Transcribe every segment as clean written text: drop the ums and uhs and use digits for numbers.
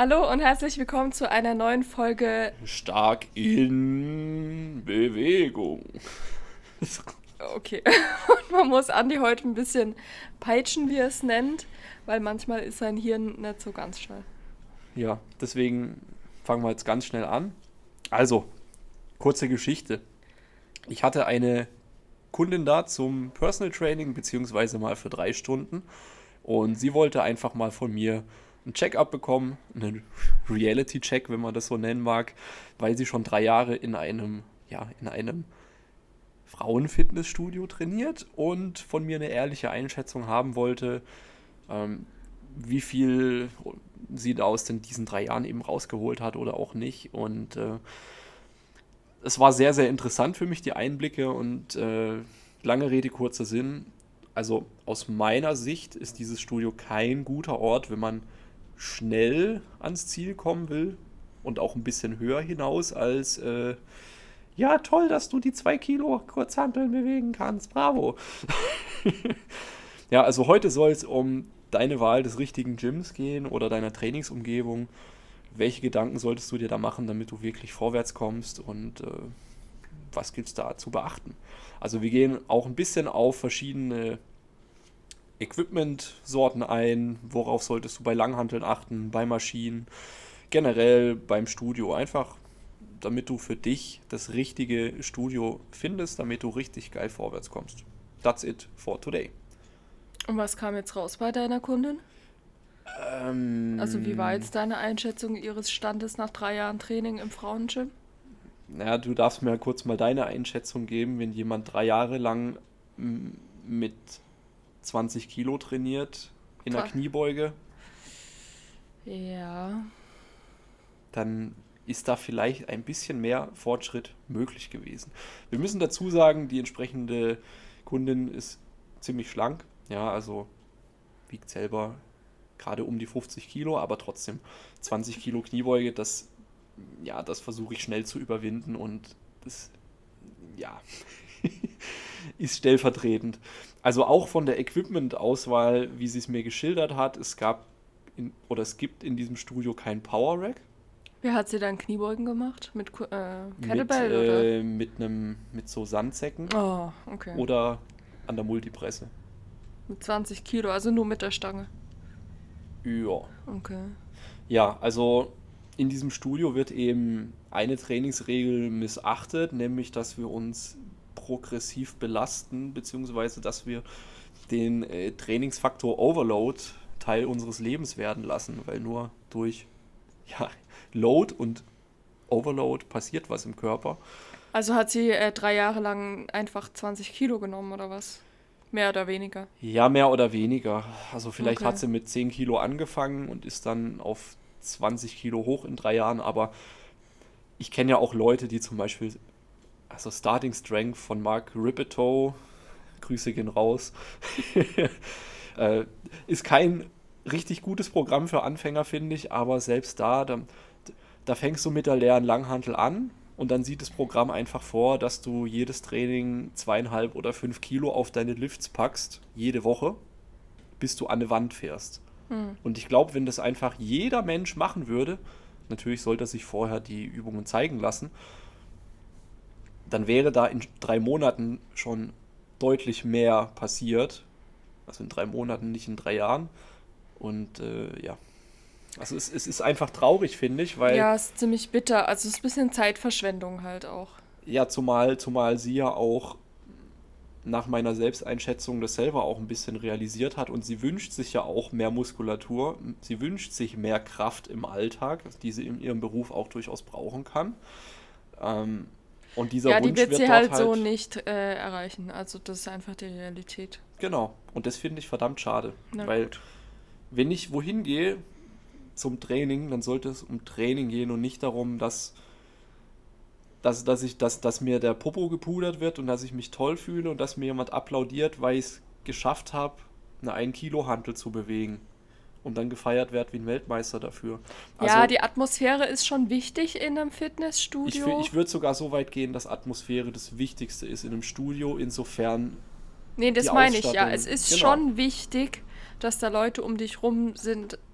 Hallo und herzlich willkommen zu einer neuen Folge. Stark in Bewegung. Okay, und man muss Andi heute ein bisschen peitschen, wie er es nennt, weil manchmal ist sein Hirn nicht so ganz schnell. Ja, deswegen fangen wir jetzt ganz schnell an. Also, kurze Geschichte. Ich hatte eine Kundin da zum Personal Training, beziehungsweise mal für 3 Stunden. Und sie wollte einfach mal von mir einen Check-up bekommen, einen Reality-Check, wenn man das so nennen mag, weil sie schon 3 Jahre in einem Frauenfitnessstudio trainiert und von mir eine ehrliche Einschätzung haben wollte, ähm, wie viel sie da aus diesen 3 Jahren eben rausgeholt hat oder auch nicht. Und es war sehr, sehr interessant für mich, die Einblicke und lange Rede, kurzer Sinn. Also aus meiner Sicht ist dieses Studio kein guter Ort, wenn man schnell ans Ziel kommen will und auch ein bisschen höher hinaus als ja, toll, dass du die 2 Kilo Kurzhanteln bewegen kannst. Bravo. Ja, also heute soll es um deine Wahl des richtigen Gyms gehen oder deiner Trainingsumgebung. Welche Gedanken solltest du dir da machen, damit du wirklich vorwärts kommst und was gibt es da zu beachten? Also wir gehen auch ein bisschen auf verschiedene Equipment-Sorten ein. Worauf solltest du bei Langhanteln achten, bei Maschinen, generell beim Studio. Einfach damit du für dich das richtige Studio findest, damit du richtig geil vorwärts kommst. That's it for today. Und was kam jetzt raus bei deiner Kundin? Also wie war Ähm, jetzt deine Einschätzung ihres Standes nach 3 Jahren Training im Frauengym? naja, du darfst mir kurz mal deine Einschätzung geben, wenn jemand 3 Jahre lang mit 20 Kilo trainiert in der Dra- Kniebeuge, Ja, dann ist da vielleicht ein bisschen mehr Fortschritt möglich gewesen. Wir müssen dazu sagen, die entsprechende Kundin ist ziemlich schlank, ja, also wiegt selber gerade um die 50 Kilo, aber trotzdem 20 Kilo Kniebeuge, das versuche ich schnell zu überwinden und das, ja, ist stellvertretend. Also auch von der Equipment-Auswahl, wie sie es mir geschildert hat, es gibt in diesem Studio kein Power Rack wie hat sie dann Kniebeugen gemacht? Mit mit, Kettlebell oder? mit so Sandsäcken Oh, okay. oder an der Multipresse. Mit 20 Kilo, also nur mit der Stange. Ja. Okay. Ja, also in diesem Studio wird eben eine Trainingsregel missachtet, nämlich dass wir uns progressiv belasten, beziehungsweise dass wir den Trainingsfaktor Overload Teil unseres Lebens werden lassen, weil nur durch ja, Load und Overload passiert was im Körper. Also hat sie 3 Jahre lang einfach 20 Kilo genommen oder was? Mehr oder weniger. Ja, mehr oder weniger. Also vielleicht hat Okay. sie mit 10 Kilo angefangen und ist dann auf 20 Kilo hoch in 3 Jahren, aber ich kenne ja auch Leute, die zum Beispiel, also Starting Strength von Mark Rippetoe, Grüße gehen raus, äh, ist kein richtig gutes Programm für Anfänger, finde ich, aber selbst da fängst du mit der leeren Langhantel an und dann sieht das Programm einfach vor, dass du jedes Training 2,5 oder 5 Kilo auf deine Lifts packst, jede Woche, bis du an eine Wand fährst. Hm. Und ich glaube, wenn das einfach jeder Mensch machen würde, natürlich sollte er sich vorher die Übungen zeigen lassen, dann wäre da in 3 Monaten schon deutlich mehr passiert. Also in 3 Monaten, nicht in 3 Jahren. Und ja, also es ist einfach traurig, finde ich, weil Ja, ist ziemlich bitter. Also es ist ein bisschen Zeitverschwendung halt auch. ja, zumal sie ja auch nach meiner Selbsteinschätzung das selber auch ein bisschen realisiert hat und sie wünscht sich ja auch mehr Muskulatur, sie wünscht sich mehr Kraft im Alltag, die sie in ihrem Beruf auch durchaus brauchen kann. Ähm, und dieser Ja, die Wunsch wird wird sie dort halt so halt, nicht erreichen. Also das ist einfach die Realität. genau, und das finde ich verdammt schade, Na weil gut. wenn ich wohin gehe zum Training, dann sollte es um Training gehen und nicht darum, dass mir der Popo gepudert wird und dass ich mich toll fühle und dass mir jemand applaudiert, weil ich es geschafft habe, eine 1 Kilo Hantel zu bewegen und dann gefeiert werde wie ein Weltmeister dafür. Ja, Also die Atmosphäre ist schon wichtig in einem Fitnessstudio. ich würde sogar so weit gehen, dass Atmosphäre das Wichtigste ist in einem Studio, insofern Nee, die das meine ich ja. Es Ausstattung, ist genau, schon wichtig, dass da Leute um dich rum sind,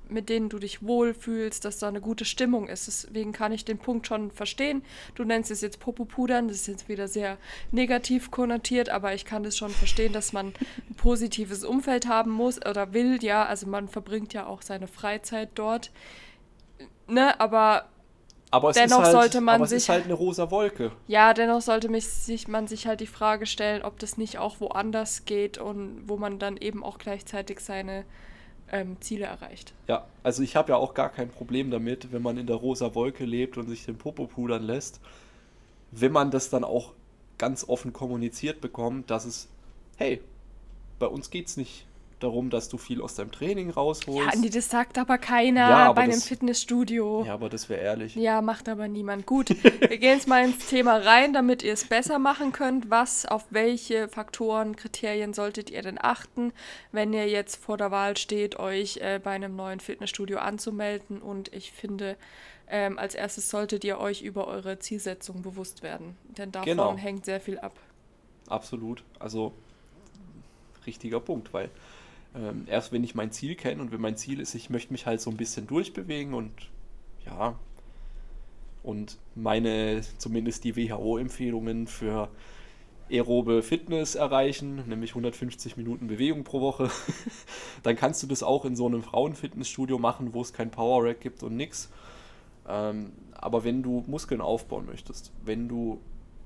mit denen du dich wohlfühlst, dass da eine gute Stimmung ist. Deswegen kann ich den Punkt schon verstehen. Du nennst es jetzt Popo-Pudern, das ist jetzt wieder sehr negativ konnotiert, aber ich kann das schon verstehen, dass man ein positives Umfeld haben muss oder will, ja. Also man verbringt ja auch seine Freizeit dort, ne, aber dennoch sollte man es ist halt eine rosa Wolke. Ja, dennoch sollte man sich halt die Frage stellen, ob das nicht auch woanders geht und wo man dann eben auch gleichzeitig seine Ziele erreicht. Ja, also ich habe ja auch gar kein Problem damit, wenn man in der rosa Wolke lebt und sich den Popo pudern lässt, wenn man das dann auch ganz offen kommuniziert bekommt, dass es, hey, bei uns geht's nicht darum, dass du viel aus deinem Training Ja, rausholst. Andi, das sagt aber keiner Ja, aber bei einem das- Fitnessstudio. Ja, aber das wäre ehrlich. Ja, macht aber niemand. Gut, wir gehen jetzt mal ins Thema rein, damit ihr es besser machen könnt. Auf welche Faktoren, Kriterien solltet ihr denn achten, wenn ihr jetzt vor der Wahl steht, euch bei einem neuen Fitnessstudio anzumelden? Und ich finde, als erstes solltet ihr euch über eure Zielsetzung bewusst werden. Denn davon Genau. hängt sehr viel ab. Absolut. Also richtiger Punkt, weil erst wenn ich mein Ziel kenne und wenn mein Ziel ist, ich möchte mich halt so ein bisschen durchbewegen und ja, und meine, zumindest die WHO-Empfehlungen für aerobe Fitness erreichen, nämlich 150 Minuten Bewegung pro Woche, dann kannst du das auch in so einem Frauenfitnessstudio machen, wo es kein Power Rack gibt und nix. Aber wenn du Muskeln aufbauen möchtest, wenn du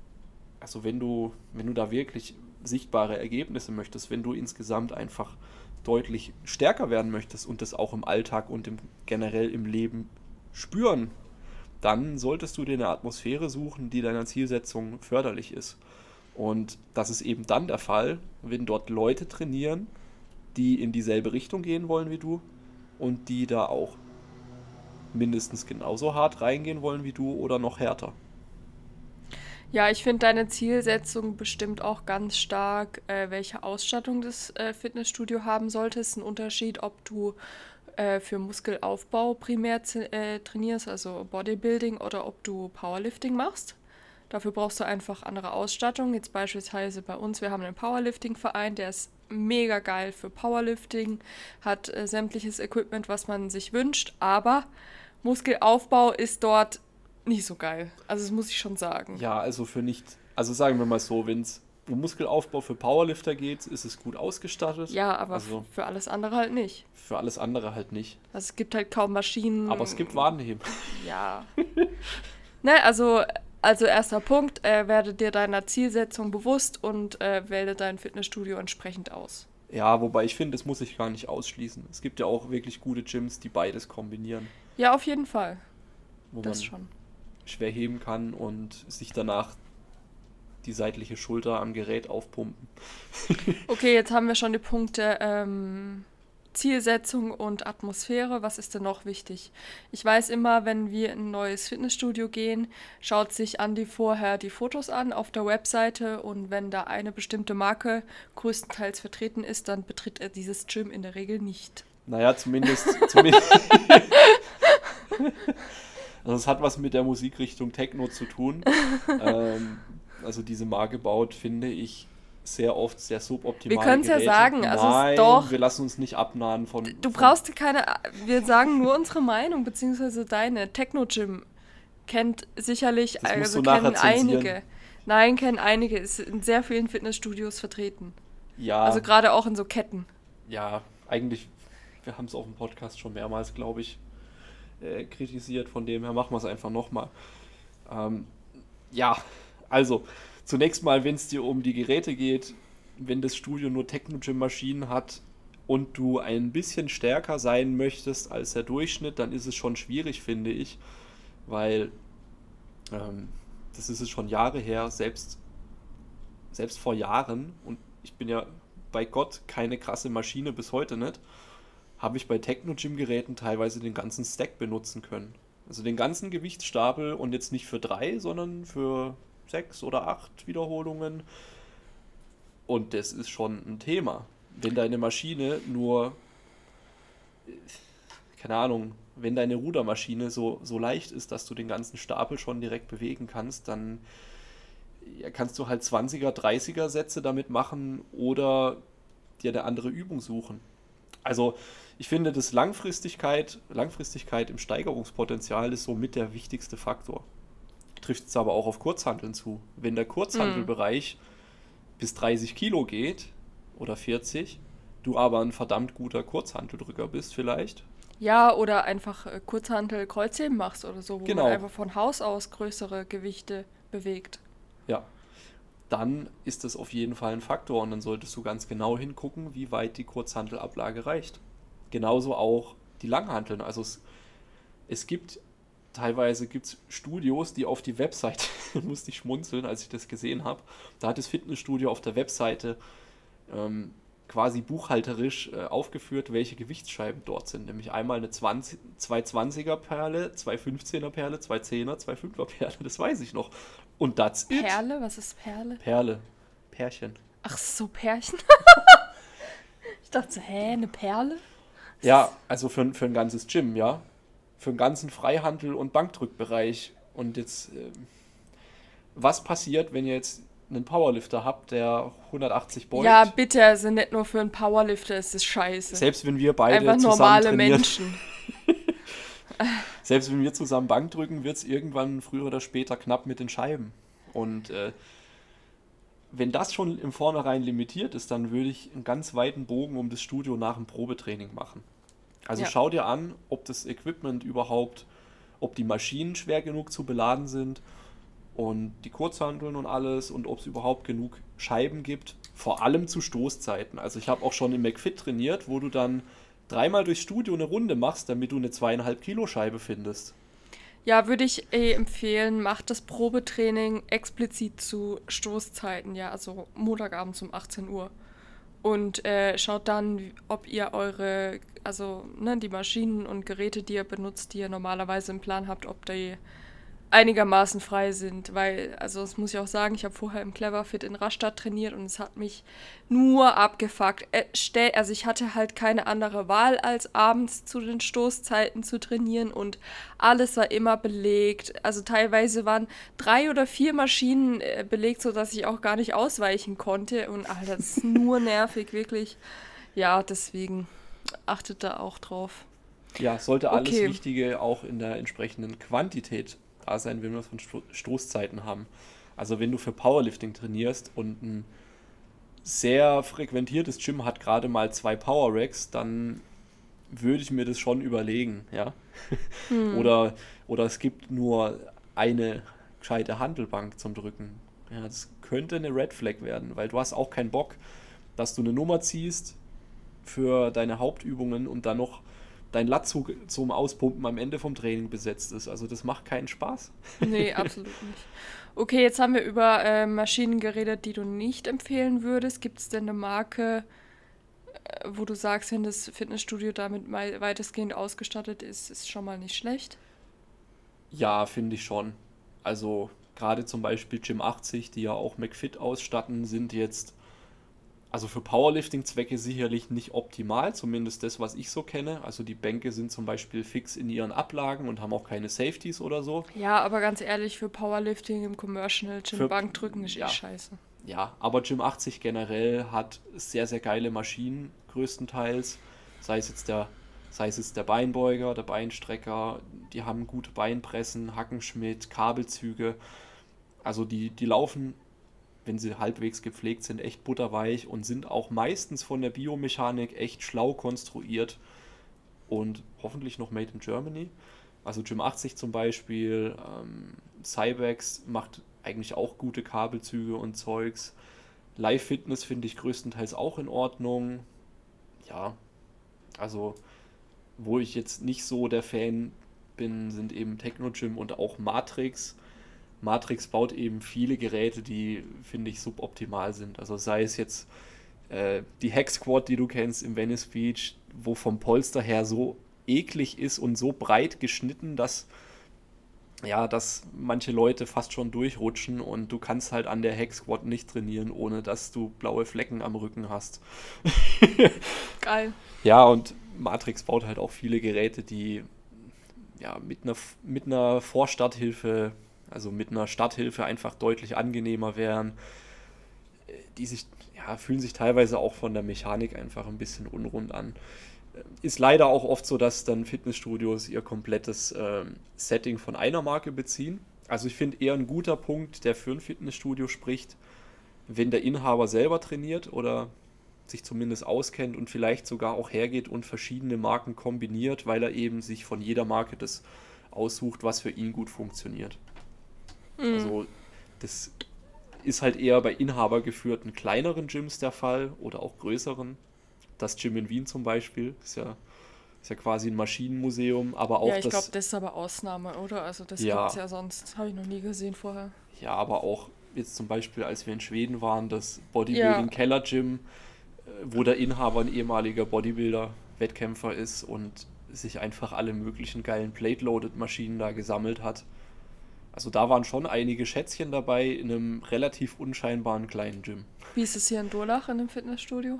da wirklich sichtbare Ergebnisse möchtest, wenn du insgesamt einfach deutlich stärker werden möchtest und das auch im Alltag und generell im Leben spüren, dann solltest du dir eine Atmosphäre suchen, die deiner Zielsetzung förderlich ist. Und das ist eben dann der Fall, wenn dort Leute trainieren, die in dieselbe Richtung gehen wollen wie du und die da auch mindestens genauso hart reingehen wollen wie du oder noch härter. Ja, ich finde, deine Zielsetzung bestimmt auch ganz stark, welche Ausstattung das Fitnessstudio haben sollte. Es ist ein Unterschied, ob du für Muskelaufbau primär trainierst, also Bodybuilding, oder ob du Powerlifting machst. Dafür brauchst du einfach andere Ausstattung. Jetzt beispielsweise bei uns, wir haben einen Powerlifting-Verein, der ist mega geil für Powerlifting, hat sämtliches Equipment, was man sich wünscht, aber Muskelaufbau ist dort nicht so geil. Also das muss ich schon sagen. Ja, also sagen wir mal so, wenn es um Muskelaufbau für Powerlifter geht, ist es gut ausgestattet. Ja, aber Also für alles andere halt nicht. für alles andere halt nicht. Also es gibt halt kaum Maschinen. Aber es gibt Wadenheben. Ja. Ne, also erster Punkt, werde dir deiner Zielsetzung bewusst und wähle dein Fitnessstudio entsprechend aus. Ja, wobei ich finde, das muss ich gar nicht ausschließen. Es gibt ja auch wirklich gute Gyms, die beides kombinieren, Ja, auf jeden Fall. wo Das man schon. schwer heben kann und sich danach die seitliche Schulter am Gerät aufpumpen. Okay, jetzt haben wir schon die Punkte Zielsetzung und Atmosphäre. Was ist denn noch wichtig? Ich weiß immer, wenn wir in ein neues Fitnessstudio gehen, schaut sich Andi vorher die Fotos an auf der Webseite und wenn da eine bestimmte Marke größtenteils vertreten ist, dann betritt er dieses Gym in der Regel nicht. Naja, zumindest also es hat was mit der Musikrichtung Techno zu tun. Also diese Marke baut, finde ich, sehr oft sehr suboptimale Wir können's ja Geräte. sagen, also es Nein, doch- wir lassen uns nicht abnahen von... Du von- brauchst keine, wir sagen nur unsere Meinung, beziehungsweise deine. Techno-Gym kennt sicherlich, Das musst also du nachher kennen einige. zensieren. Nein, kennen einige, ist in sehr vielen Fitnessstudios vertreten. Ja, Also gerade auch in so Ketten. ja, eigentlich, wir haben es auch im Podcast schon mehrmals, glaube ich, kritisiert. Von dem her machen wir es einfach nochmal. Ja, also zunächst mal, wenn es dir um die Geräte geht, wenn das Studio nur Techno-Gym-Maschinen hat und du ein bisschen stärker sein möchtest als der Durchschnitt, dann ist es schon schwierig, finde ich, weil das ist es schon Jahre her, selbst vor Jahren, und ich bin ja bei Gott keine krasse Maschine bis heute nicht, habe ich bei Techno-Gym-Geräten teilweise den ganzen Stack benutzen können. Also den ganzen Gewichtsstapel und jetzt nicht für 3, sondern für 6 oder 8 Wiederholungen. Und das ist schon ein Thema. Wenn deine Maschine nur, keine Ahnung, wenn deine Rudermaschine so leicht ist, dass du den ganzen Stapel schon direkt bewegen kannst, dann ja, kannst du halt 20er, 30er Sätze damit machen oder dir eine andere Übung suchen. Also ich finde, das Langfristigkeit im Steigerungspotenzial ist somit der wichtigste Faktor. Trifft es aber auch auf Kurzhanteln zu. Wenn der Hm. Kurzhantelbereich bis 30 Kilo geht oder 40, du aber ein verdammt guter Kurzhanteldrücker bist vielleicht. Ja, oder einfach Kurzhantel Kreuzheben machst oder so, wo man Genau, einfach von Haus aus größere Gewichte bewegt. ja. Dann ist das auf jeden Fall ein Faktor und dann solltest du ganz genau hingucken, wie weit die Kurzhantelablage reicht. Genauso auch die Langhanteln. Also es gibt teilweise gibt's Studios, die auf die Webseite, musste ich schmunzeln, als ich das gesehen habe, da hat das Fitnessstudio auf der Webseite ähm, quasi buchhalterisch aufgeführt, welche Gewichtsscheiben dort sind. Nämlich einmal eine 220er Perle, 215er Perle, 210er, 25er Perle, das weiß ich noch. Und that's it. Perle? Was ist Perle? Perle, Pärchen. Ach so, Pärchen. Ich dachte so, hä, eine Perle? Ja, also für ein ganzes Gym, ja. Für einen ganzen Freihandel- und Bankdrückbereich. Und jetzt, was passiert, wenn ihr jetzt einen Powerlifter habt, der 180 Ja, beugt? bitte, also nicht nur für einen Powerlifter ist es scheiße. Selbst wenn wir beide Einfach zusammen normale trainieren, Menschen. selbst wenn wir zusammen Bank drücken, wird es irgendwann früher oder später knapp mit den Scheiben. Und wenn das schon im Vornherein limitiert ist, dann würde ich einen ganz weiten Bogen um das Studio nach dem Probetraining machen. Also Ja. schau dir an, ob das Equipment überhaupt, ob die Maschinen schwer genug zu beladen sind und die Kurzhanteln und alles und ob es überhaupt genug Scheiben gibt, vor allem zu Stoßzeiten. Also ich habe auch schon im McFit trainiert, wo du dann dreimal durchs Studio eine Runde machst, damit du eine 2,5 Kilo Scheibe findest. Ja, würde ich empfehlen, macht das Probetraining explizit zu Stoßzeiten, ja, also Montagabends um 18 Uhr. Und schaut dann, ob ihr also ne, die Maschinen und Geräte, die ihr benutzt, die ihr normalerweise im Plan habt, ob die einigermaßen frei sind, weil, also das muss ich auch sagen, ich habe vorher im Cleverfit in Rastatt trainiert und es hat mich nur abgefuckt. Also ich hatte halt keine andere Wahl, als abends zu den Stoßzeiten zu trainieren und alles war immer belegt. Also teilweise waren 3 oder 4 Maschinen belegt, sodass ich auch gar nicht ausweichen konnte und Alter, das ist nur nervig, wirklich. Ja, deswegen achtet da auch drauf. Ja, sollte alles Okay. Wichtige auch in der entsprechenden Quantität da sein, wenn wir von Stoßzeiten haben. Also wenn du für Powerlifting trainierst und ein sehr frequentiertes Gym hat gerade mal 2 Power Racks, dann würde ich mir das schon überlegen, ja. Hm. Oder es gibt nur eine gescheite Hantelbank zum Drücken. Ja, das könnte eine Red Flag werden, weil du hast auch keinen Bock, dass du eine Nummer ziehst für deine Hauptübungen und dann noch dein Latzug zum Auspumpen am Ende vom Training besetzt ist. Also das macht keinen Spaß. Nee, absolut nicht. Okay, jetzt haben wir über Maschinen geredet, die du nicht empfehlen würdest. Gibt es denn eine Marke, wo du sagst, wenn das Fitnessstudio damit mal weitestgehend ausgestattet ist, ist schon mal nicht schlecht? Ja, finde ich schon. Also gerade zum Beispiel Gym 80, die ja auch McFit ausstatten, sind jetzt also für Powerlifting-Zwecke sicherlich nicht optimal, zumindest das, was ich so kenne. Also die Bänke sind zum Beispiel fix in ihren Ablagen und haben auch keine Safeties oder so. Ja, aber ganz ehrlich, für Powerlifting im Commercial Gym Für, Bankdrücken ist eh ja, scheiße. ja, aber Gym 80 generell hat sehr, sehr geile Maschinen größtenteils. Sei es jetzt der, sei es jetzt der Beinbeuger, der Beinstrecker, die haben gute Beinpressen, Hackenschmidt, Kabelzüge. Also die laufen, wenn sie halbwegs gepflegt sind, echt butterweich und sind auch meistens von der Biomechanik echt schlau konstruiert und hoffentlich noch made in Germany. Also Gym 80 zum Beispiel, Cybex macht eigentlich auch gute Kabelzüge und Zeugs. Live Fitness finde ich größtenteils auch in Ordnung. Ja, also wo ich jetzt nicht so der Fan bin, sind eben Techno Gym und auch Matrix. Matrix baut eben viele Geräte, die, finde ich, suboptimal sind. Also sei es jetzt die Hack Squad, die du kennst im Venice Beach, wo vom Polster her so eklig ist und so breit geschnitten, dass ja, dass manche Leute fast schon durchrutschen und du kannst halt an der Hack Squad nicht trainieren, ohne dass du blaue Flecken am Rücken hast. Geil. Ja, und Matrix baut halt auch viele Geräte, die ja mit einer Vorstarthilfe, also mit einer Starthilfe einfach deutlich angenehmer wären. Die sich, ja, fühlen sich teilweise auch von der Mechanik einfach ein bisschen unrund an. Ist leider auch oft so, dass dann Fitnessstudios ihr komplettes Setting von einer Marke beziehen. Also ich finde eher ein guter Punkt, der für ein Fitnessstudio spricht, wenn der Inhaber selber trainiert oder sich zumindest auskennt und vielleicht sogar auch hergeht und verschiedene Marken kombiniert, weil er eben sich von jeder Marke das aussucht, was für ihn gut funktioniert. Mhm. Also das ist halt eher bei inhabergeführten kleineren Gyms der Fall oder auch größeren. Das Gym in Wien zum Beispiel ist ja quasi ein Maschinenmuseum, aber Ja, auch ich glaube, das, das ist aber Ausnahme, oder? Also das gibt's ja, ja sonst, habe ich noch nie gesehen vorher. ja, aber auch jetzt zum Beispiel, als wir in Schweden waren, das Ja, Bodybuilding Keller Gym, wo der Inhaber ein ehemaliger Bodybuilder, Wettkämpfer ist und sich einfach alle möglichen geilen Plate-Loaded-Maschinen da gesammelt hat. Also da waren schon einige Schätzchen dabei in einem relativ unscheinbaren kleinen Gym. wie ist es hier in Durlach in dem Fitnessstudio?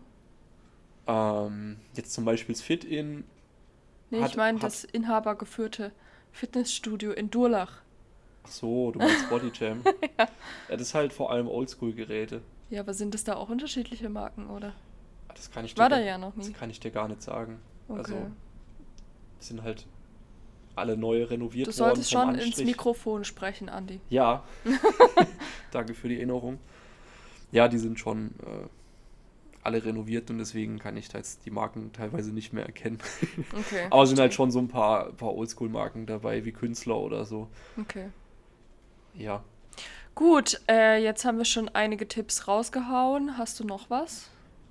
Jetzt zum Beispiel das Fit-In Nee, ich meine hat, das inhabergeführte Fitnessstudio in Durlach. ach so, du meinst Bodyjam. Ja, das ist halt vor allem Oldschool-Geräte. Ja, aber sind es da auch unterschiedliche Marken, oder? Das kann ich Ich war da ja noch das nie. kann ich dir gar nicht sagen. Okay. Also, die sind halt alle neu Du renoviert worden solltest vom schon ins Anstrich. Mikrofon sprechen, Andi. Ja, danke für die Erinnerung. Ja, die sind schon alle renoviert und deswegen kann ich da jetzt die Marken teilweise nicht mehr erkennen. Okay, Aber es sind halt verstehe. schon so ein paar Oldschool-Marken dabei, wie Künstler oder so. Okay. Ja, Gut, jetzt haben wir schon einige Tipps rausgehauen. Hast du noch was?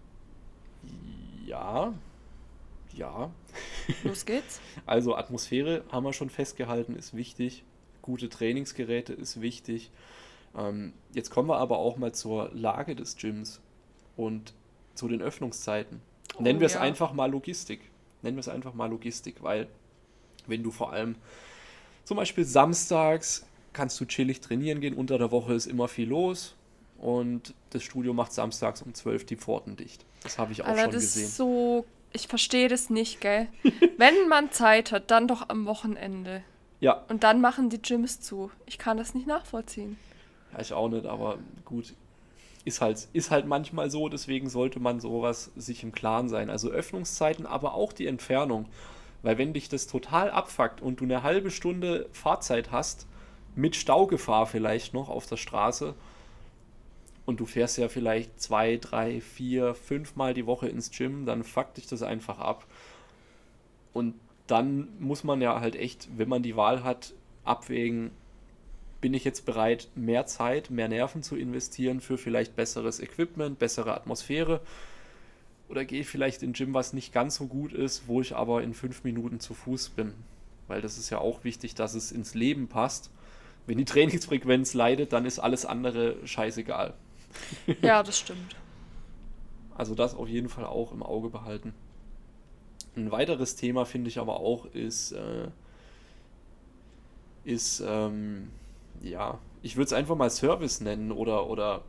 ja, ja. Los geht's. Also Atmosphäre haben wir schon festgehalten, ist wichtig. Gute Trainingsgeräte ist wichtig. Jetzt kommen wir aber auch mal zur Lage des Gyms und zu den Öffnungszeiten. Nennen Oh wir es ja. einfach mal Logistik. Nennen wir es einfach mal Logistik, weil wenn du vor allem zum Beispiel samstags kannst du chillig trainieren gehen, unter der Woche ist immer viel los und das Studio macht samstags um 12 die Pforten dicht. Das habe ich auch Alter, schon das gesehen. ist so. Ich verstehe das nicht, gell? Wenn man Zeit hat, dann doch am Wochenende. Ja, Und dann machen die Gyms zu. Ich kann das nicht nachvollziehen. ja, ich auch nicht, aber gut, ist halt manchmal so, deswegen sollte man sowas sich im Klaren sein. Also Öffnungszeiten, aber auch die Entfernung. Weil wenn dich das total abfuckt und du eine halbe Stunde Fahrzeit hast, mit Staugefahr vielleicht noch auf der Straße, und du fährst ja vielleicht 2, 3, 4, 5 Mal die Woche ins Gym, dann fuckt dich das einfach ab. Und dann muss man ja halt echt, wenn man die Wahl hat, abwägen, bin ich jetzt bereit, mehr Zeit, mehr Nerven zu investieren für vielleicht besseres Equipment, bessere Atmosphäre? Oder gehe ich vielleicht in ein Gym, was nicht ganz so gut ist, wo ich aber in 5 Minuten zu Fuß bin? Weil das ist ja auch wichtig, dass es ins Leben passt. Wenn die Trainingsfrequenz leidet, dann ist alles andere scheißegal. Ja, das stimmt. Also das auf jeden Fall auch im Auge behalten. Ein weiteres Thema finde ich aber auch ist ja, ich würde es einfach mal Service nennen oder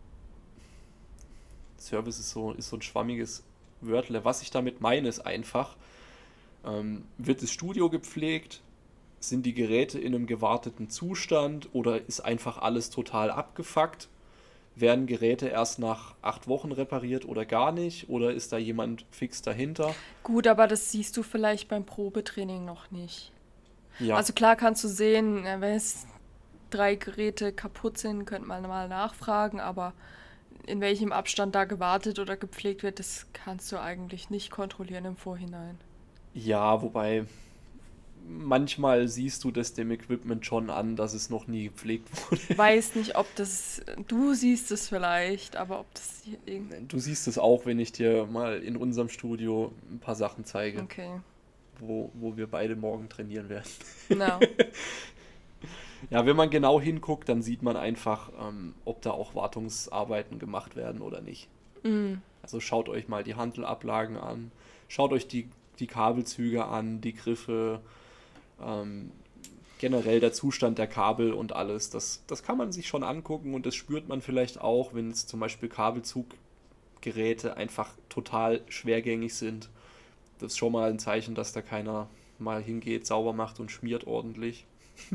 Service ist so ein schwammiges Wörtle. Was ich damit meine, ist einfach, wird das Studio gepflegt? Sind die Geräte in einem gewarteten Zustand oder ist einfach alles total abgefuckt? Werden Geräte erst nach 8 Wochen repariert oder gar nicht? Oder ist da jemand fix dahinter? Gut, aber das siehst du vielleicht beim Probetraining noch nicht. Ja, Also klar kannst du sehen, wenn es 3 Geräte kaputt sind, könnte man mal nachfragen, aber in welchem Abstand da gewartet oder gepflegt wird, das kannst du eigentlich nicht kontrollieren im Vorhinein. ja, wobei manchmal siehst du das dem Equipment schon an, dass es noch nie gepflegt wurde. Weiß nicht, ob das, du siehst es vielleicht, aber ob das hier irgend... Du siehst es auch, wenn ich dir mal in unserem Studio ein paar Sachen zeige, Okay, wo wir beide morgen trainieren werden. no. Ja, wenn man genau hinguckt, dann sieht man einfach, ob da auch Wartungsarbeiten gemacht werden oder nicht. Mm. Also schaut euch mal die Hantelablagen an, schaut euch die Kabelzüge an, die Griffe, ähm, generell der Zustand der Kabel und alles. Das kann man sich schon angucken und das spürt man vielleicht auch, wenn es zum Beispiel Kabelzuggeräte einfach total schwergängig sind. Das ist schon mal ein Zeichen, dass da keiner mal hingeht, sauber macht und schmiert ordentlich.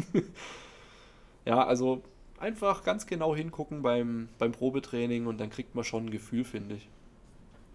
Ja, also einfach ganz genau hingucken beim Probetraining und dann kriegt man schon ein Gefühl, finde ich.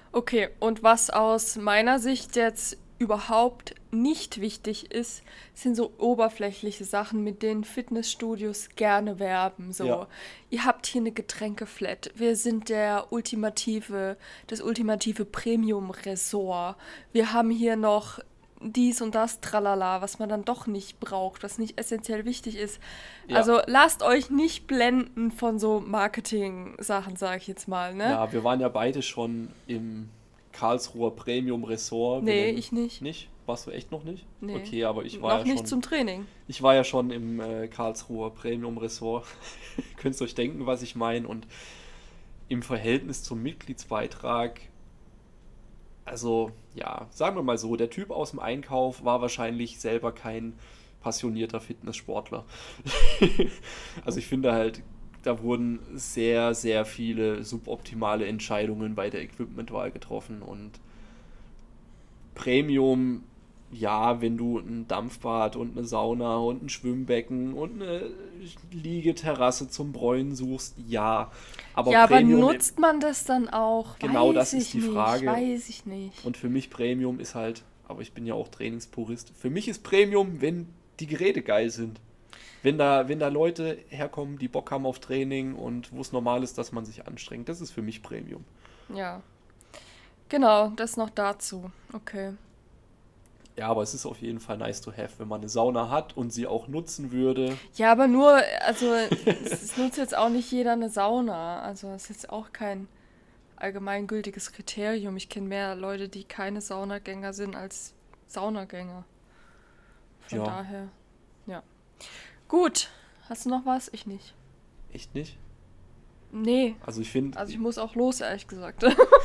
Okay, und was aus meiner Sicht jetzt überhaupt nicht wichtig ist, sind so oberflächliche Sachen, mit denen Fitnessstudios gerne werben. Ja, So, ihr habt hier eine Getränkeflat. Wir sind das ultimative Premium-Ressort. Wir haben hier noch dies und das Tralala, was man dann doch nicht braucht, was nicht essentiell wichtig ist. ja. Also lasst euch nicht blenden von so Marketing-Sachen, sag ich jetzt mal, ne? Ja, wir waren ja beide schon im Karlsruher Premium Ressort. Wir Nee, nennen ich nicht. nicht? Warst du echt noch nicht? Nee. Okay, aber Noch nicht zum Training. ich war ja schon im Karlsruher Premium Ressort. Könnt ihr euch denken, was ich meine? Und im Verhältnis zum Mitgliedsbeitrag, also ja, sagen wir mal so, der Typ aus dem Einkauf war wahrscheinlich selber kein passionierter Fitnesssportler. Also ich finde halt, da wurden sehr, sehr viele suboptimale Entscheidungen bei der Equipmentwahl getroffen und Premium, ja, wenn du ein Dampfbad und eine Sauna und ein Schwimmbecken und eine Liegeterrasse zum Bräunen suchst, ja. Aber Ja, aber Premium, nutzt man das dann auch? genau Weiß das ist ich die nicht, Frage. weiß ich nicht. Und für mich Premium ist halt, aber ich bin ja auch Trainingspurist, für mich ist Premium, wenn die Geräte geil sind. Wenn da Leute herkommen, die Bock haben auf Training und wo es normal ist, dass man sich anstrengt, das ist für mich Premium. Ja, genau, das noch dazu. Okay. Ja, aber es ist auf jeden Fall nice to have, wenn man eine Sauna hat und sie auch nutzen würde. Ja, aber nur, also es nutzt jetzt auch nicht jeder eine Sauna. Also es ist jetzt auch kein allgemeingültiges Kriterium. Ich kenne mehr Leute, die keine Saunagänger sind als Saunagänger. Von Ja, daher, ja. Gut, hast du noch was? Ich nicht. echt nicht. Nee, Also ich finde, also ich muss auch los, ehrlich gesagt.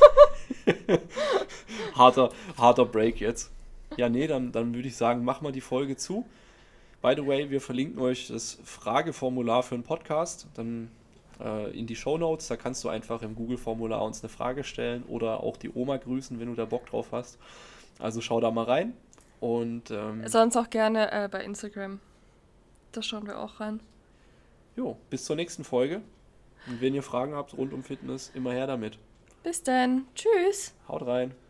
harter Break jetzt. Ja, nee, dann würde ich sagen, mach mal die Folge zu. By the way, wir verlinken euch das Frageformular für einen Podcast dann in die Shownotes. Da kannst du einfach im Google-Formular uns eine Frage stellen oder auch die Oma grüßen, wenn du da Bock drauf hast. Also schau da mal rein. Und Sonst auch gerne bei Instagram. Da schauen wir auch rein. jo, bis zur nächsten Folge. Und wenn ihr Fragen habt rund um Fitness, immer her damit. Bis dann. Tschüss. Haut rein.